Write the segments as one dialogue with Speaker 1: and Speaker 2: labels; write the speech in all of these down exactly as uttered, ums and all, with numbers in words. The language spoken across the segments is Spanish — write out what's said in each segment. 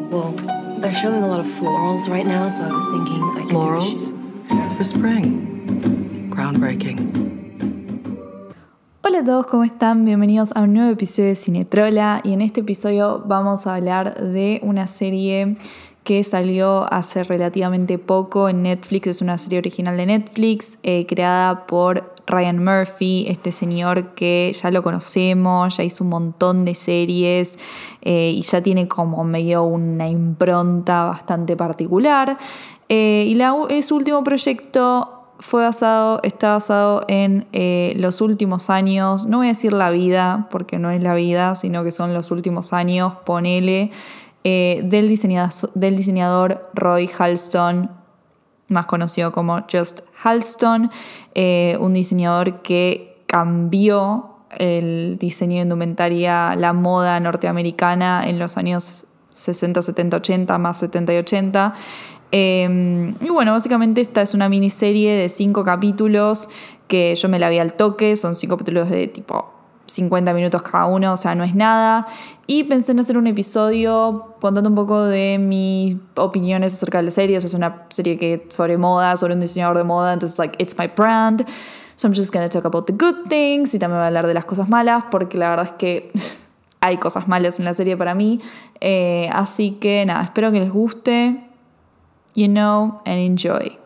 Speaker 1: Well, they're showing a lot of florals right now, so I was thinking I could
Speaker 2: Florals?
Speaker 1: do
Speaker 2: For spring. Groundbreaking.
Speaker 3: Hola a todos, ¿cómo están? Bienvenidos a un nuevo episodio de Cinetrola y en este episodio vamos a hablar de una serie que salió hace relativamente poco en Netflix. Es una serie original de Netflix eh, creada por Ryan Murphy, este señor que ya lo conocemos, ya hizo un montón de series eh, y ya tiene como medio una impronta bastante particular. Eh, y la, su último proyecto fue basado, está basado en eh, los últimos años, no voy a decir la vida, porque no es la vida, sino que son los últimos años, ponele, eh, del, diseñador, del diseñador Roy Halston, más conocido como Just Halston, eh, un diseñador que cambió el diseño de indumentaria, la moda norteamericana en los años sesenta, setenta, ochenta, más setenta y ochenta. Eh, y bueno, básicamente esta es una miniserie de cinco capítulos que yo me la vi al toque, son cinco capítulos de tipo cincuenta minutos cada uno, o sea, no es nada. Y pensé en hacer un episodio contando un poco de mis opiniones acerca de la serie. O sea, es una serie que sobre moda, sobre un diseñador de moda, entonces, like, it's my brand. So I'm just gonna talk about the good things y también voy a hablar de las cosas malas, porque la verdad es que hay cosas malas en la serie para mí. Eh, así que nada, espero que les guste. You know, and enjoy.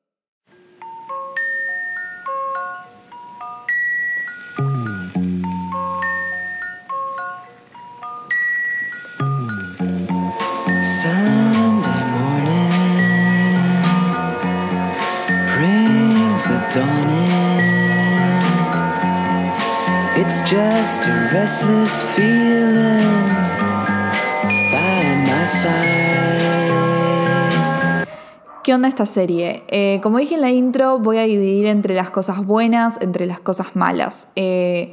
Speaker 4: Sunday morning brings the dawn in. It's just a restless feeling by my side.
Speaker 3: ¿Qué onda esta serie? Eh, como dije en la intro, voy a dividir entre las cosas buenas, entre las cosas malas. Eh,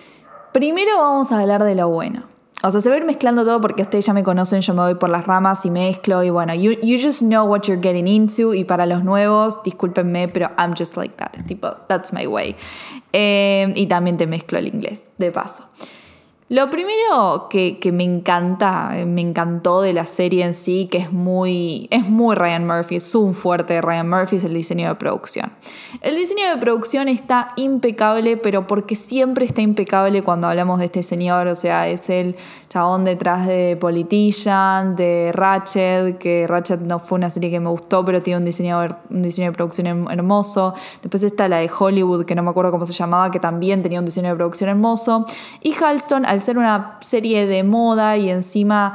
Speaker 3: primero vamos a hablar de lo bueno. O sea, se va a ir mezclando todo porque ustedes ya me conocen, yo me voy por las ramas y mezclo y bueno, you, you just know what you're getting into. Y para los nuevos, discúlpenme, pero I'm just like that. Tipo, that's my way. Eh, y también te mezclo el inglés, de paso. Lo primero que, que me encanta, me encantó de la serie en sí, que es muy, es muy Ryan Murphy, es un fuerte de Ryan Murphy, es el diseño de producción. El diseño de producción está impecable, pero porque siempre está impecable cuando hablamos de este señor. O sea, es el chabón detrás de Politician, de Ratched, que Ratched no fue una serie que me gustó, pero tiene un diseño, un diseño de producción hermoso. Después está la de Hollywood, que no me acuerdo cómo se llamaba, que también tenía un diseño de producción hermoso. Y Halston, al ser una serie de moda y encima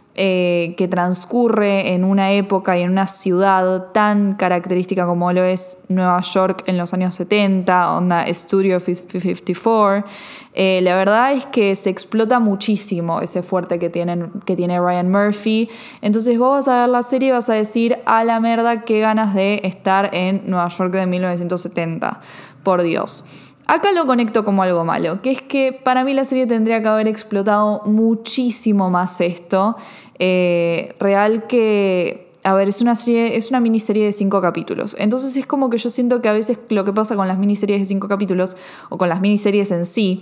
Speaker 3: eh, que transcurre en una época y en una ciudad tan característica como lo es Nueva York en los años setenta, onda Studio cincuenta y cuatro, eh, la verdad es que se explota muchísimo ese fuerte que, tienen, que tiene Ryan Murphy. Entonces vos vas a ver la serie y vas a decir, a la mierda, qué ganas de estar en Nueva York de mil novecientos setenta, por Dios. Acá lo conecto como algo malo, que es que para mí la serie tendría que haber explotado muchísimo más esto. Eh, real que, a ver, es una serie, es una miniserie de cinco capítulos. Entonces es como que yo siento que a veces lo que pasa con las miniseries de cinco capítulos, o con las miniseries en sí,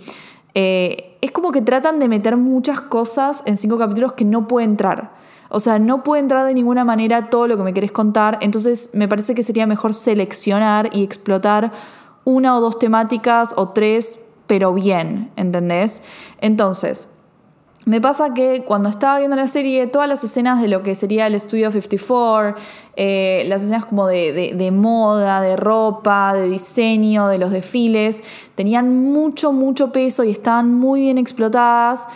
Speaker 3: eh, es como que tratan de meter muchas cosas en cinco capítulos que no puede entrar. O sea, no puede entrar de ninguna manera todo lo que me querés contar. Entonces me parece que sería mejor seleccionar y explotar una o dos temáticas o tres, pero bien, ¿entendés? Entonces, me pasa que cuando estaba viendo la serie, todas las escenas de lo que sería el Studio cincuenta y cuatro, eh, las escenas como de, de, de moda, de ropa, de diseño, de los desfiles, tenían mucho, mucho peso y estaban muy bien explotadas,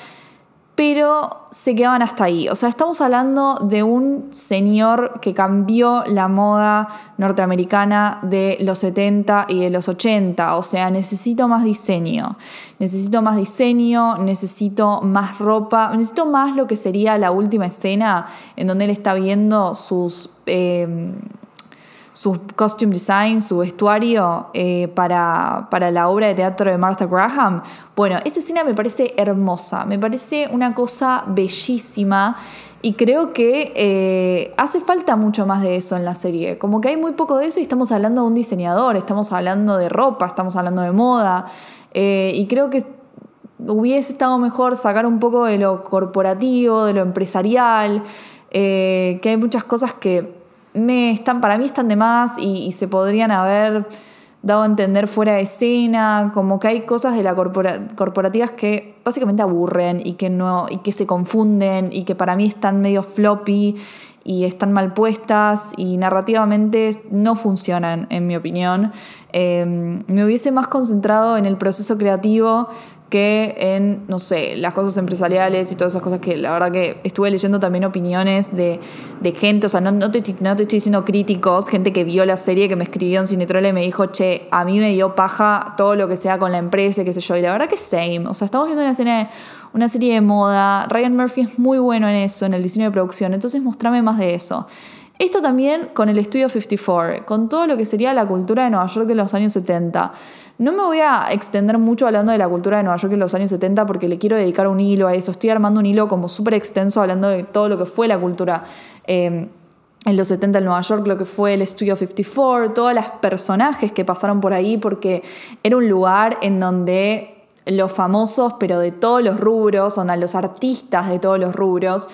Speaker 3: pero se quedaban hasta ahí. O sea, estamos hablando de un señor que cambió la moda norteamericana de los setenta y de los ochenta. O sea, necesito más diseño. Necesito más diseño, necesito más ropa, necesito más lo que sería la última escena en donde él está viendo sus... Eh, su costume design, su vestuario eh, para, para la obra de teatro de Martha Graham. Bueno, esa escena me parece hermosa, me parece una cosa bellísima y creo que eh, hace falta mucho más de eso en la serie. Como que hay muy poco de eso y estamos hablando de un diseñador, estamos hablando de ropa, estamos hablando de moda eh, y creo que hubiese estado mejor sacar un poco de lo corporativo, de lo empresarial. eh, que hay muchas cosas que me están, para mí están de más y, y se podrían haber dado a entender fuera de escena, como que hay cosas de las corpora- corporativas que básicamente aburren y que, no, y que se confunden y que para mí están medio floppy y están mal puestas y narrativamente no funcionan, en mi opinión. Eh, me hubiese más concentrado en el proceso creativo que en, no sé, las cosas empresariales y todas esas cosas que la verdad que estuve leyendo también opiniones de, de gente, o sea, no, no, te, no te estoy diciendo críticos, gente que vio la serie, que me escribió en Cinetrole y me dijo, che, a mí me dio paja todo lo que sea con la empresa, qué sé yo, y la verdad que same, o sea, estamos viendo una, escena, una serie de moda, Ryan Murphy es muy bueno en eso, en el diseño de producción, entonces mostrame más de eso. Esto también con el Estudio cincuenta y cuatro, con todo lo que sería la cultura de Nueva York de los años setenta. No me voy a extender mucho hablando de la cultura de Nueva York de los años setenta porque le quiero dedicar un hilo a eso. Estoy armando un hilo como súper extenso hablando de todo lo que fue la cultura eh, en los setenta en Nueva York, lo que fue el Estudio cincuenta y cuatro, todos los personajes que pasaron por ahí, porque era un lugar en donde los famosos, pero de todos los rubros, o sea, los artistas de todos los rubros,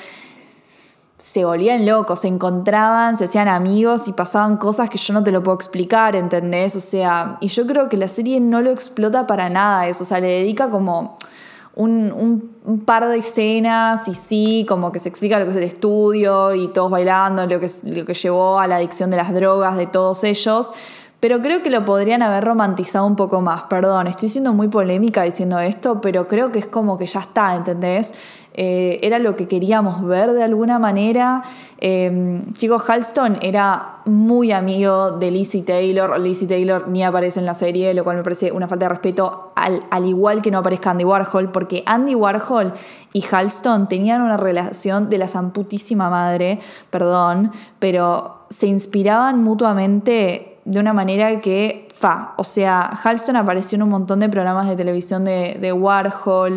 Speaker 3: se volvían locos, se encontraban, se hacían amigos y pasaban cosas que yo no te lo puedo explicar, ¿entendés? O sea, y yo creo que la serie no lo explota para nada eso, o sea, le dedica como un, un, un par de escenas y sí, como que se explica lo que es el estudio y todos bailando, lo que, lo que llevó a la adicción de las drogas de todos ellos, pero creo que lo podrían haber romantizado un poco más. Perdón, estoy siendo muy polémica diciendo esto, pero creo que es como que ya está, ¿entendés? Eh, era lo que queríamos ver de alguna manera. Eh, chicos, Halston era muy amigo de Lizzie Taylor. Lizzie Taylor ni aparece en la serie, lo cual me parece una falta de respeto, al, al igual que no aparezca Andy Warhol, porque Andy Warhol y Halston tenían una relación de la sanputísima madre, perdón, pero se inspiraban mutuamente de una manera que, fa, o sea, Halston apareció en un montón de programas de televisión de, de Warhol,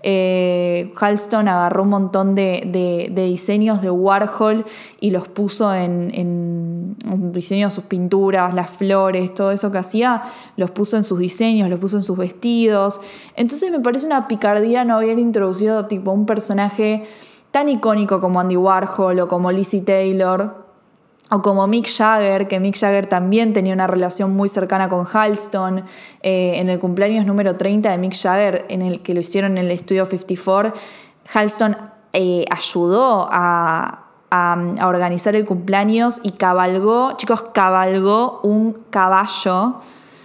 Speaker 3: eh, Halston agarró un montón de, de, de diseños de Warhol y los puso en, en un diseño de sus pinturas, las flores, todo eso que hacía, los puso en sus diseños, los puso en sus vestidos. Entonces me parece una picardía no haber introducido tipo un personaje tan icónico como Andy Warhol o como Lizzie Taylor, o como Mick Jagger, que Mick Jagger también tenía una relación muy cercana con Halston. Eh, en el cumpleaños número treinta de Mick Jagger, en el que lo hicieron en el Estudio cincuenta y cuatro, Halston eh, ayudó a, a, a organizar el cumpleaños y cabalgó, chicos, cabalgó un caballo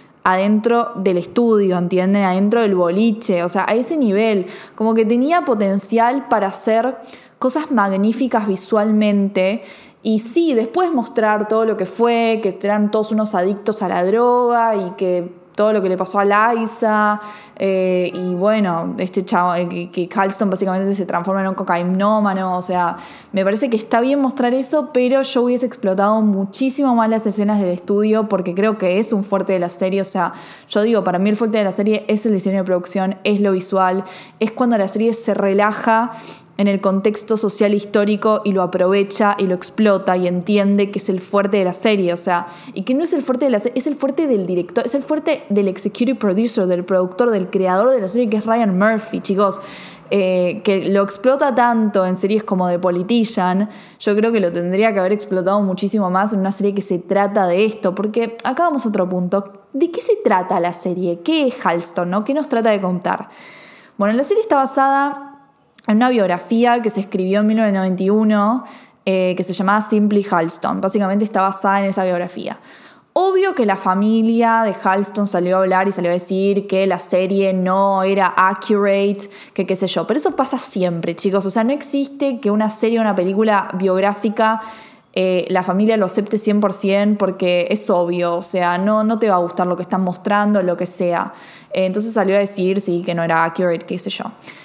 Speaker 3: adentro del estudio, ¿entienden? Adentro del boliche, o sea, a ese nivel, como que tenía potencial para hacer cosas magníficas visualmente. Y sí, después mostrar todo lo que fue, que eran todos unos adictos a la droga y que todo lo que le pasó a Liza, eh, y bueno, este chavo, eh, que, que Halston básicamente se transforma en un cocainómano, o sea, me parece que está bien mostrar eso, pero yo hubiese explotado muchísimo más las escenas del estudio porque creo que es un fuerte de la serie, o sea, yo digo, para mí el fuerte de la serie es el diseño de producción, es lo visual, es cuando la serie se relaja en el contexto social histórico y lo aprovecha y lo explota y entiende que es el fuerte de la serie, o sea, y que no es el fuerte de la serie, es el fuerte del director, es el fuerte del executive producer, del productor, del creador de la serie, que es Ryan Murphy, chicos, eh, que lo explota tanto en series como The Politician. Yo creo que lo tendría que haber explotado muchísimo más en una serie que se trata de esto, porque acá vamos a otro punto. ¿De qué se trata la serie? ¿Qué es Halston, no? ¿Qué nos trata de contar? Bueno, la serie está basada en una biografía que se escribió en mil novecientos noventa y uno, eh, que se llamaba Simply Halston. Básicamente está basada en esa biografía. Obvio que la familia de Halston salió a hablar y salió a decir que la serie no era accurate, que qué sé yo. Pero eso pasa siempre, chicos. O sea, no existe que una serie o una película biográfica eh, la familia lo acepte cien por ciento porque es obvio. O sea, no, no te va a gustar lo que están mostrando, lo que sea. Eh, entonces salió a decir, sí, que no era accurate, qué sé yo.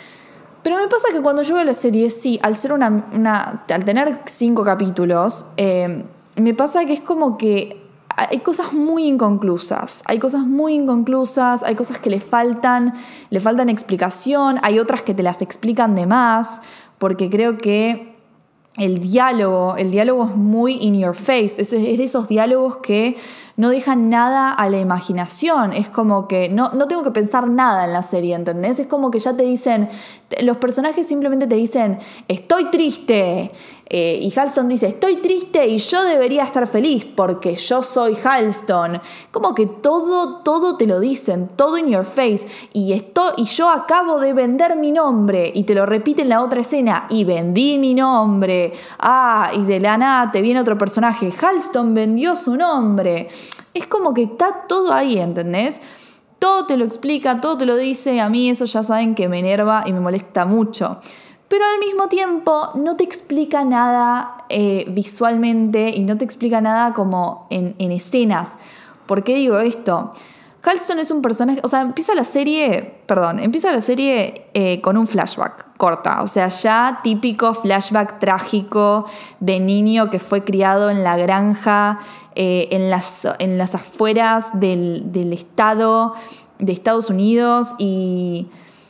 Speaker 3: Pero me pasa que cuando yo veo la serie, sí, al ser una, una al tener cinco capítulos, eh, me pasa que es como que hay cosas muy inconclusas, hay cosas muy inconclusas, hay cosas que le faltan, le faltan explicación, hay otras que te las explican de más, porque creo que el diálogo, el diálogo es muy in your face, es, es de esos diálogos que no dejan nada a la imaginación. Es como que no, no tengo que pensar nada en la serie, ¿entendés? Es como que ya te dicen, los personajes simplemente te dicen, estoy triste. Eh, y Halston dice, estoy triste y yo debería estar feliz porque yo soy Halston. Como que todo, todo te lo dicen, todo in your face. Y, esto, y yo acabo de vender mi nombre. Y te lo repite en la otra escena. Y vendí mi nombre. Ah, y de la nada te viene otro personaje. Halston vendió su nombre. Es como que está todo ahí, ¿entendés? Todo te lo explica, todo te lo dice. A mí eso ya saben que me enerva y me molesta mucho. Pero al mismo tiempo no te explica nada eh, visualmente y no te explica nada como en, en escenas. ¿Por qué digo esto? Halston es un personaje, o sea, empieza la serie, perdón, empieza la serie eh, con un flashback corta, o sea, ya típico flashback trágico de niño que fue criado en la granja, eh, en, las, en las afueras del, del estado de Estados Unidos y...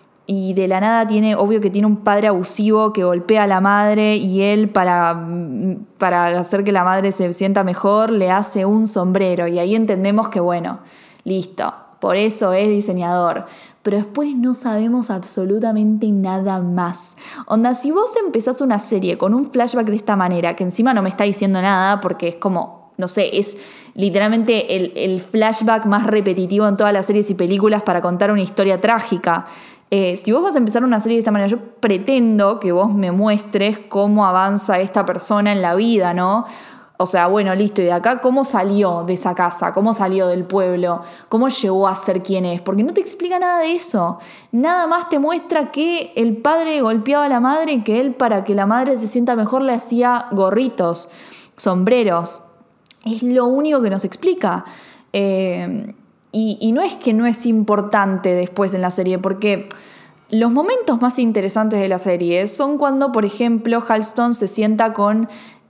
Speaker 3: Y de la nada tiene, obvio que tiene un padre abusivo que golpea a la madre y él para, para hacer que la madre se sienta mejor le hace un sombrero. Y ahí entendemos que bueno, listo, por eso es diseñador. Pero después no sabemos absolutamente nada más. Onda, si vos empezás una serie con un flashback de esta manera, que encima no me está diciendo nada porque es como, no sé, es literalmente el, el flashback más repetitivo en todas las series y películas para contar una historia trágica. Eh, si vos vas a empezar una serie de esta manera, yo pretendo que vos me muestres cómo avanza esta persona en la vida, ¿no? O sea, bueno, listo, y de acá, ¿cómo salió de esa casa? ¿Cómo salió del pueblo? ¿Cómo llegó a ser quien es? Porque no te explica nada de eso. Nada más te muestra que el padre golpeaba a la madre y que él, para que la madre se sienta mejor, le hacía gorritos, sombreros. Es lo único que nos explica. Eh... Y, y no es que no es importante después en la serie, porque los momentos más interesantes de la serie son cuando, por ejemplo, Halston se sienta con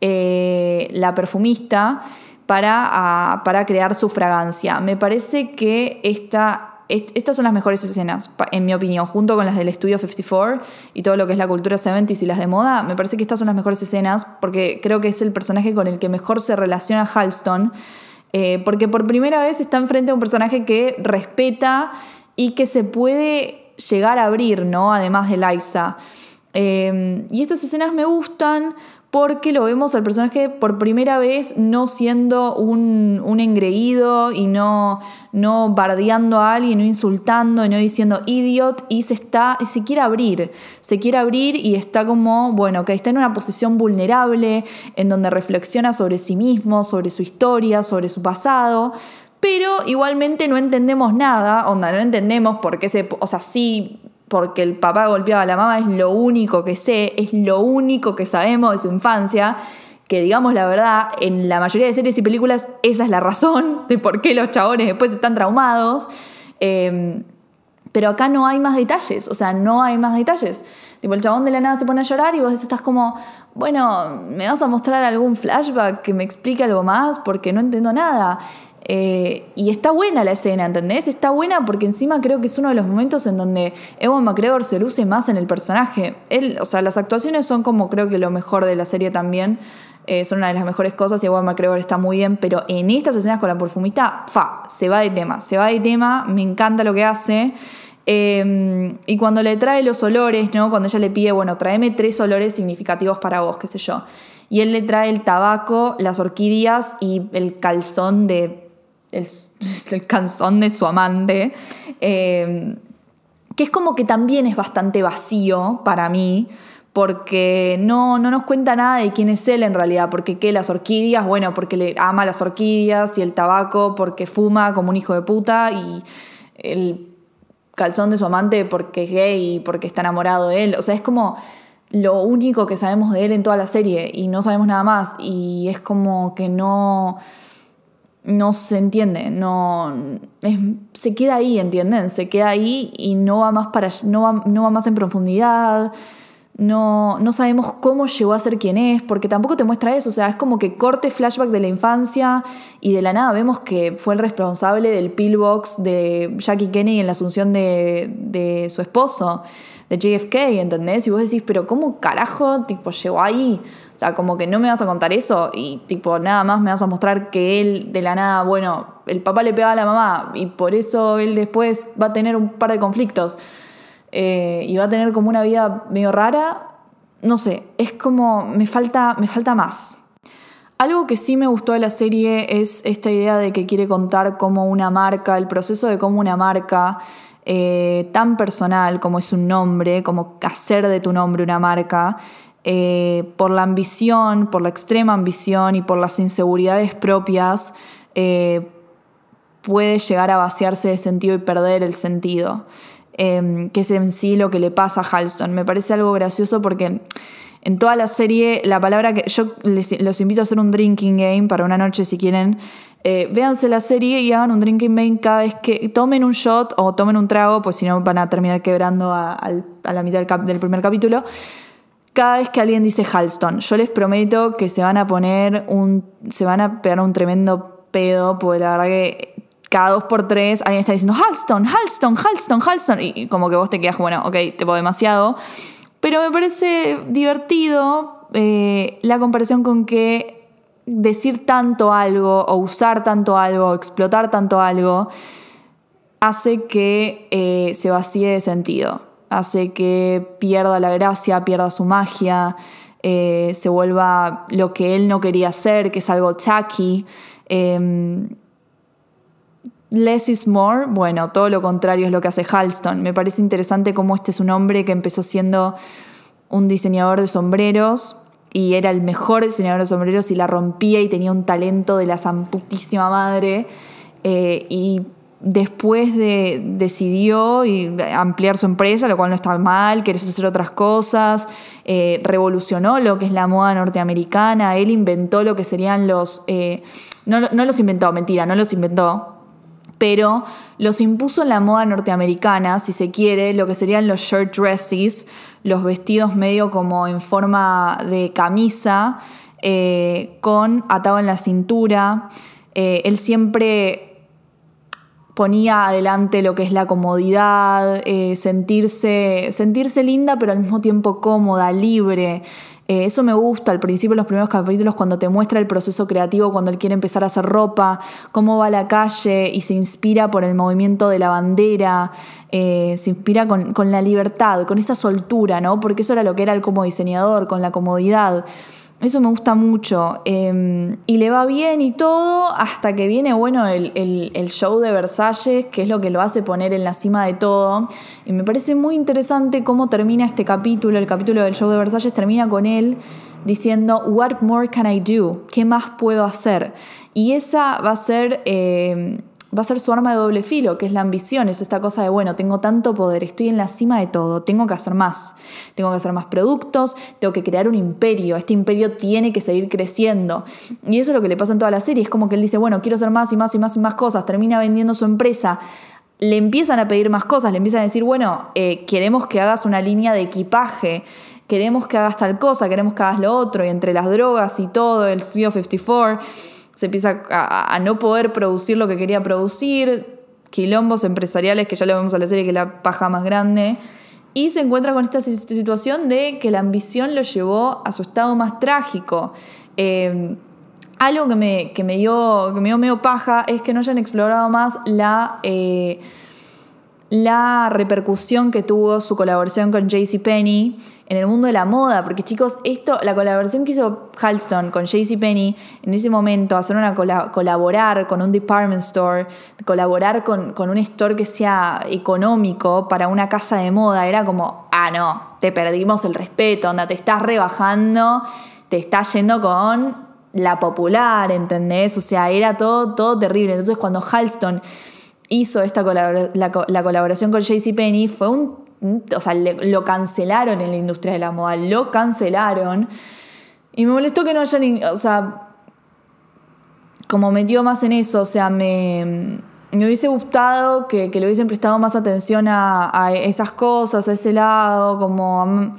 Speaker 3: eh, la perfumista para, a, para crear su fragancia. Me parece que esta, est, estas son las mejores escenas, en mi opinión, junto con las del Estudio cincuenta y cuatro y todo lo que es la cultura setenta y las de moda. Me parece que estas son las mejores escenas porque creo que es el personaje con el que mejor se relaciona Halston. Eh, porque por primera vez está enfrente a un personaje que respeta y que se puede llegar a abrir, ¿no? Además de Liza. Eh, y estas escenas me gustan porque lo vemos al personaje por primera vez no siendo un, un engreído y no, no bardeando a alguien, no insultando y no diciendo idiot, y se, está, y se quiere abrir, se quiere abrir y está como, bueno, que está en una posición vulnerable, en donde reflexiona sobre sí mismo, sobre su historia, sobre su pasado, pero igualmente no entendemos nada, onda, no entendemos por qué se, o sea, sí, porque el papá golpeaba a la mamá, es lo único que sé, es lo único que sabemos de su infancia, que digamos la verdad, en la mayoría de series y películas esa es la razón de por qué los chabones después están traumados, eh, pero acá no hay más detalles, o sea, no hay más detalles. Tipo, el chabón de la nada se pone a llorar y vos estás como, bueno, ¿me vas a mostrar algún flashback que me explique algo más? Porque no entiendo nada. Eh, y está buena la escena, ¿entendés? Está buena porque encima creo que es uno de los momentos en donde Ewan McGregor se luce más en el personaje. Él, o sea, las actuaciones son como creo que lo mejor de la serie también. Eh, son una de las mejores cosas y Ewan McGregor está muy bien, pero en estas escenas con la perfumista, fa, se va de tema, se va de tema, me encanta lo que hace. Eh, y cuando le trae los olores, ¿no? Cuando ella le pide, bueno, tráeme tres olores significativos para vos, qué sé yo. Y él le trae el tabaco, las orquídeas y el calzón de El, el calzón de su amante, eh, que es como que también es bastante vacío para mí, porque no, no nos cuenta nada de quién es él en realidad, porque qué, las orquídeas, bueno, porque le ama las orquídeas, y el tabaco porque fuma como un hijo de puta, y el calzón de su amante porque es gay y porque está enamorado de él. O sea, es como lo único que sabemos de él en toda la serie y no sabemos nada más, y es como que no... no se entiende, no es, se queda ahí, ¿entienden? Se queda ahí y no va más para no va, no va más en profundidad. no, no sabemos cómo llegó a ser quien es, porque tampoco te muestra eso. O sea, es como que corte flashback de la infancia y de la nada vemos que fue el responsable del pillbox de Jackie Kennedy en la asunción de, de su esposo, de J F K, ¿entendés? Y vos decís, pero ¿cómo carajo tipo, llegó ahí? O sea, como que no me vas a contar eso y tipo nada más me vas a mostrar que él de la nada, bueno, el papá le pegaba a la mamá y por eso él después va a tener un par de conflictos. Eh, y va a tener como una vida medio rara, no sé, es como, me falta, me falta más. Algo que sí me gustó de la serie es esta idea de que quiere contar cómo una marca, el proceso de cómo una marca eh, tan personal como es un nombre, como hacer de tu nombre una marca, eh, por la ambición, por la extrema ambición y por las inseguridades propias, eh, puede llegar a vaciarse de sentido y perder el sentido. Eh, que es en sí lo que le pasa a Halston. Me parece algo gracioso porque en toda la serie la palabra que yo les, los invito a hacer un drinking game para una noche si quieren, eh, véanse la serie y hagan un drinking game cada vez que tomen un shot o tomen un trago, pues si no van a terminar quebrando a, a, a la mitad del, cap, del primer capítulo. Cada vez que alguien dice Halston, yo les prometo que se van a poner un se van a pegar un tremendo pedo, porque la verdad que cada dos por tres alguien está diciendo Halston, Halston, Halston, Halston. Y como que vos te quedas como, bueno, ok, te puedo demasiado. Pero me parece divertido eh, la comparación con que decir tanto algo, o usar tanto algo, o explotar tanto algo, hace que eh, se vacíe de sentido. Hace que pierda la gracia, pierda su magia, eh, se vuelva lo que él no quería ser, que es algo tacky. Eh, Less is more, bueno, todo lo contrario es lo que hace Halston. Me parece interesante cómo este es un hombre que empezó siendo un diseñador de sombreros y era el mejor diseñador de sombreros y la rompía y tenía un talento de la zamputísima madre, eh, y después de, decidió y ampliar su empresa, lo cual no está mal, querés hacer otras cosas, eh, revolucionó lo que es la moda norteamericana, él inventó lo que serían los... Eh, no, no los inventó, mentira, no los inventó, pero los impuso en la moda norteamericana, si se quiere, lo que serían los shirt dresses, los vestidos medio como en forma de camisa, eh, con atado en la cintura. Eh, él siempre ponía adelante lo que es la comodidad, eh, sentirse, sentirse linda, pero al mismo tiempo cómoda, libre. Eh, eso me gusta al principio, los primeros capítulos, cuando te muestra el proceso creativo, cuando él quiere empezar a hacer ropa, cómo va a la calle y se inspira por el movimiento de la bandera, eh, se inspira con, con la libertad, con esa soltura, ¿no? Porque eso era lo que era él como diseñador, con la comodidad. Eso me gusta mucho. Eh, y le va bien y todo hasta que viene, bueno, el, el, el show de Versalles, que es lo que lo hace poner en la cima de todo. Y me parece muy interesante cómo termina este capítulo. El capítulo del show de Versalles termina con él diciendo, "What more can I do?" ¿Qué más puedo hacer? Y esa va a ser... Eh, va a ser su arma de doble filo, que es la ambición, es esta cosa de, bueno, tengo tanto poder, estoy en la cima de todo, tengo que hacer más, tengo que hacer más productos, tengo que crear un imperio, este imperio tiene que seguir creciendo. Y eso es lo que le pasa en toda la serie, es como que él dice, bueno, quiero hacer más y más y más y más cosas, termina vendiendo su empresa, le empiezan a pedir más cosas, le empiezan a decir, bueno, eh, queremos que hagas una línea de equipaje, queremos que hagas tal cosa, queremos que hagas lo otro, y entre las drogas y todo, el Studio cincuenta y cuatro... se empieza a, a no poder producir lo que quería producir, quilombos empresariales que ya le vemos a la serie que es la paja más grande, y se encuentra con esta situación de que la ambición lo llevó a su estado más trágico. Eh, algo que me, que, me dio, que me dio medio paja es que no hayan explorado más la... Eh, la repercusión que tuvo su colaboración con JCPenney en el mundo de la moda, porque chicos, esto, la colaboración que hizo Halston con JCPenney en ese momento, hacer una cola- colaborar con un department store, colaborar con, con un store que sea económico para una casa de moda, era como, ah no, te perdimos el respeto, onda, te estás rebajando, te estás yendo con la popular, ¿entendés? O sea, era todo, todo terrible. Entonces cuando Halston hizo esta colabora- la, la colaboración con JCPenney, fue un, un o sea, le, lo cancelaron en la industria de la moda, lo cancelaron, y me molestó que no hayan, o sea, como metió más en eso, o sea, me, me hubiese gustado que, que le hubiesen prestado más atención a, a esas cosas, a ese lado, como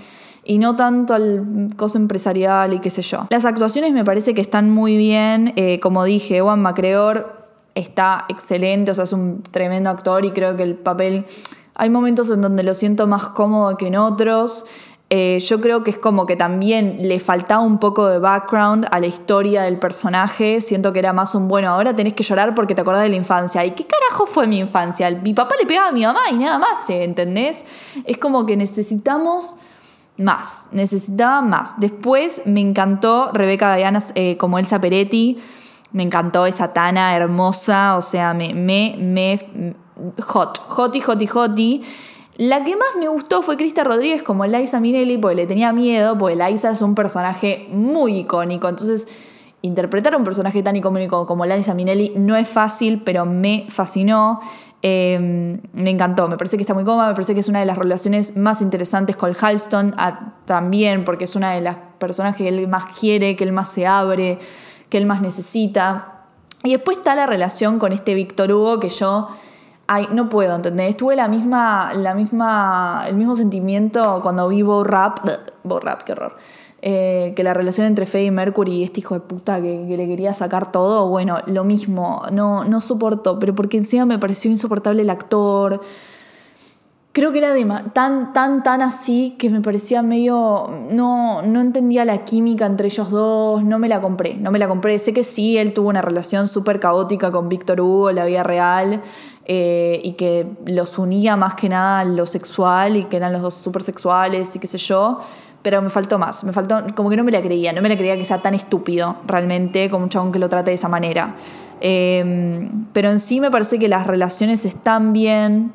Speaker 3: y no tanto al coso empresarial y qué sé yo. Las actuaciones me parece que están muy bien. Eh, como dije, Ewan McGregor está excelente, o sea, es un tremendo actor y creo que el papel... Hay momentos en donde lo siento más cómodo que en otros. Eh, yo creo que es como que también le faltaba un poco de background a la historia del personaje. Siento que era más un, bueno, ahora tenés que llorar porque te acordás de la infancia. ¿Y qué carajo fue mi infancia? Mi papá le pegaba a mi mamá y nada más, ¿entendés? Es como que necesitamos más, necesitaba más. Después me encantó Rebecca Diana eh, como Elsa Peretti. Me encantó esa Tana hermosa, o sea, me, me, me, hot, hoti, hoti, hoti. La que más me gustó fue Krista Rodríguez como Liza Minnelli, porque le tenía miedo, porque Liza es un personaje muy icónico. Entonces, interpretar a un personaje tan icónico como Liza Minnelli no es fácil, pero me fascinó. Eh, me encantó, me parece que está muy cómoda, me parece que es una de las relaciones más interesantes con Halston a, también, porque es una de las personas que él más quiere, que él más se abre, que él más necesita. Y después está la relación con este Víctor Hugo que yo... Ay, no puedo, ¿entendés? Tuve la misma, la misma, el mismo sentimiento cuando vi Bo Rap, Bo Rap, qué horror, eh, que la relación entre Freddie Mercury y este hijo de puta que, que le quería sacar todo, bueno, lo mismo, no, no soporto, pero porque encima me pareció insoportable el actor. Creo que era de, tan, tan, tan así que me parecía medio... No, no entendía la química entre ellos dos, no me la compré, no me la compré. Sé que sí, él tuvo una relación súper caótica con Víctor Hugo en la vida real eh, y que los unía más que nada lo sexual y que eran los dos súper sexuales y qué sé yo, pero me faltó más, me faltó... Como que no me la creía, no me la creía que sea tan estúpido realmente como un chabón que lo trate de esa manera. Eh, pero en sí me parece que las relaciones están bien...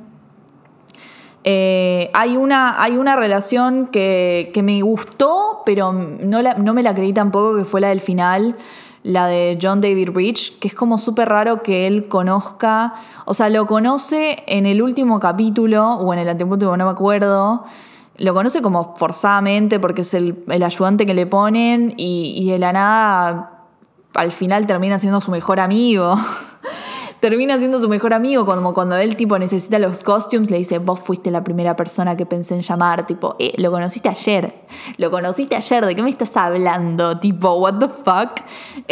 Speaker 3: Eh, hay, una, hay una relación que, que me gustó, pero no, la, no me la creí tampoco, que fue la del final, la de John David Rich, que es como súper raro que él conozca, o sea, lo conoce en el último capítulo, o en el anteúltimo, no me acuerdo, lo conoce como forzadamente porque es el, el ayudante que le ponen y, y de la nada al final termina siendo su mejor amigo. Termina siendo su mejor amigo, como cuando él tipo necesita los costumes, le dice, vos fuiste la primera persona que pensé en llamar, tipo, eh, lo conociste ayer, lo conociste ayer, ¿de qué me estás hablando? Tipo, what the fuck?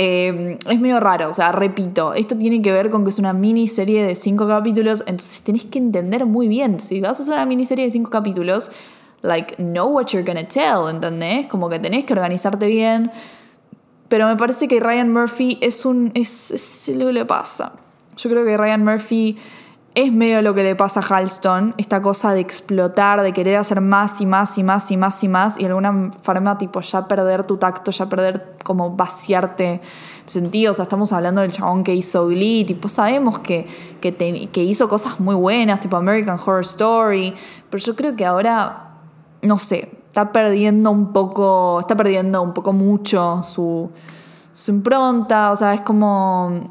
Speaker 3: Eh, es medio raro, o sea, repito, esto tiene que ver con que es una miniserie de cinco capítulos, entonces tenés que entender muy bien, si vas a hacer una miniserie de cinco capítulos, like, know what you're gonna tell, ¿entendés? Como que tenés que organizarte bien, pero me parece que Ryan Murphy es un, es, es lo que le pasa. Yo creo que Ryan Murphy es medio lo que le pasa a Halston, esta cosa de explotar, de querer hacer más y más y más y más y más y de alguna forma tipo ya perder tu tacto, ya perder como vaciarte sentido. O sea, estamos hablando del chabón que hizo Glee, tipo sabemos que, que, te, que hizo cosas muy buenas, tipo American Horror Story, pero yo creo que ahora, no sé, está perdiendo un poco, está perdiendo un poco mucho su, su impronta, o sea, es como...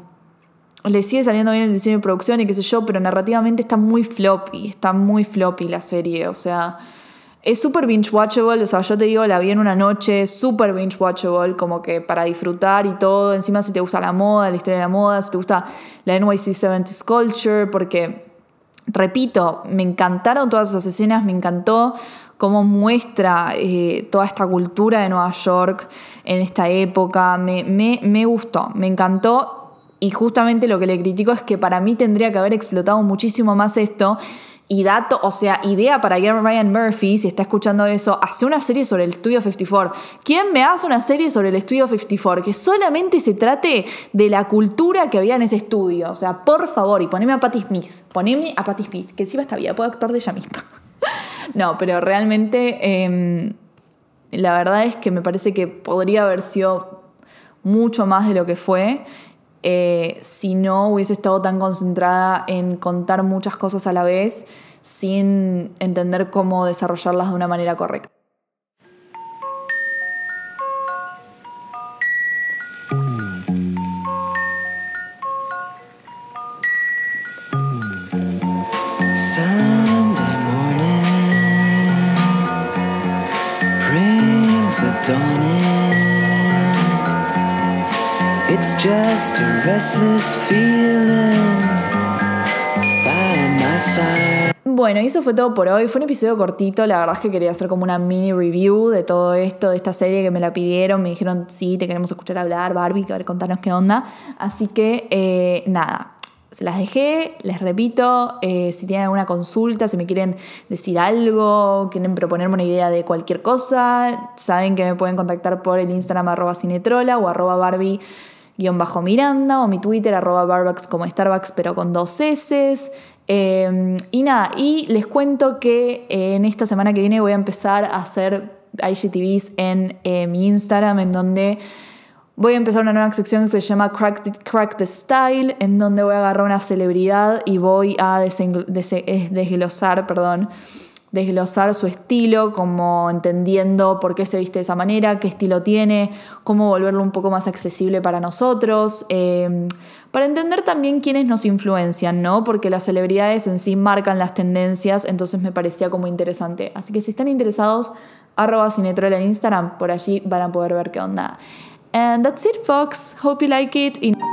Speaker 3: Le sigue saliendo bien el diseño de producción y qué sé yo, pero narrativamente está muy floppy, está muy floppy la serie, o sea, es súper binge-watchable, o sea, yo te digo, la vi en una noche, súper binge-watchable, como que para disfrutar y todo, encima si te gusta la moda, la historia de la moda, si te gusta la N Y C setenta culture, porque, repito, me encantaron todas esas escenas, me encantó cómo muestra eh, toda esta cultura de Nueva York en esta época, me, me, me gustó, me encantó. Y justamente lo que le critico es que para mí tendría que haber explotado muchísimo más esto. Y dato, o sea, idea para Ryan Murphy, si está escuchando eso, hace una serie sobre el Studio cincuenta y cuatro. ¿Quién me hace una serie sobre el Studio cincuenta y cuatro? Que solamente se trate de la cultura que había en ese estudio. O sea, por favor, y poneme a Patti Smith. Poneme a Patti Smith, que encima está viva, puedo actuar de ella misma. No, pero realmente eh, la verdad es que me parece que podría haber sido mucho más de lo que fue. Eh, si no hubiese estado tan concentrada en contar muchas cosas a la vez sin entender cómo desarrollarlas de una manera correcta.
Speaker 4: Sunday morning brings the dawn in. It's just a restless feeling by my side.
Speaker 3: Bueno, y eso fue todo por hoy. Fue un episodio cortito. La verdad es que quería hacer como una mini review de todo esto, de esta serie que me la pidieron. Me dijeron, sí, te queremos escuchar hablar, Barbie, a ver, contanos qué onda. Así que, eh, nada. Se las dejé, les repito, eh, si tienen alguna consulta, si me quieren decir algo, quieren proponerme una idea de cualquier cosa, saben que me pueden contactar por el Instagram arroba cinetrola o arroba Barbie guión bajo Miranda o mi Twitter arroba Barbucks como Starbucks pero con dos S. Eh, y nada, y les cuento que eh, en esta semana que viene voy a empezar a hacer I G T Vs en eh, mi Instagram, en donde voy a empezar una nueva sección que se llama Crack the, Crack the Style, en donde voy a agarrar una celebridad y voy a desengl- des- desglosar, perdón, desglosar su estilo, como entendiendo por qué se viste de esa manera, qué estilo tiene, cómo volverlo un poco más accesible para nosotros, eh, para entender también quiénes nos influencian, ¿no? Porque las celebridades en sí marcan las tendencias, entonces me parecía como interesante. Así que si están interesados, arroba cinetrola en Instagram, por allí van a poder ver qué onda. And that's it, folks. Hope you like it.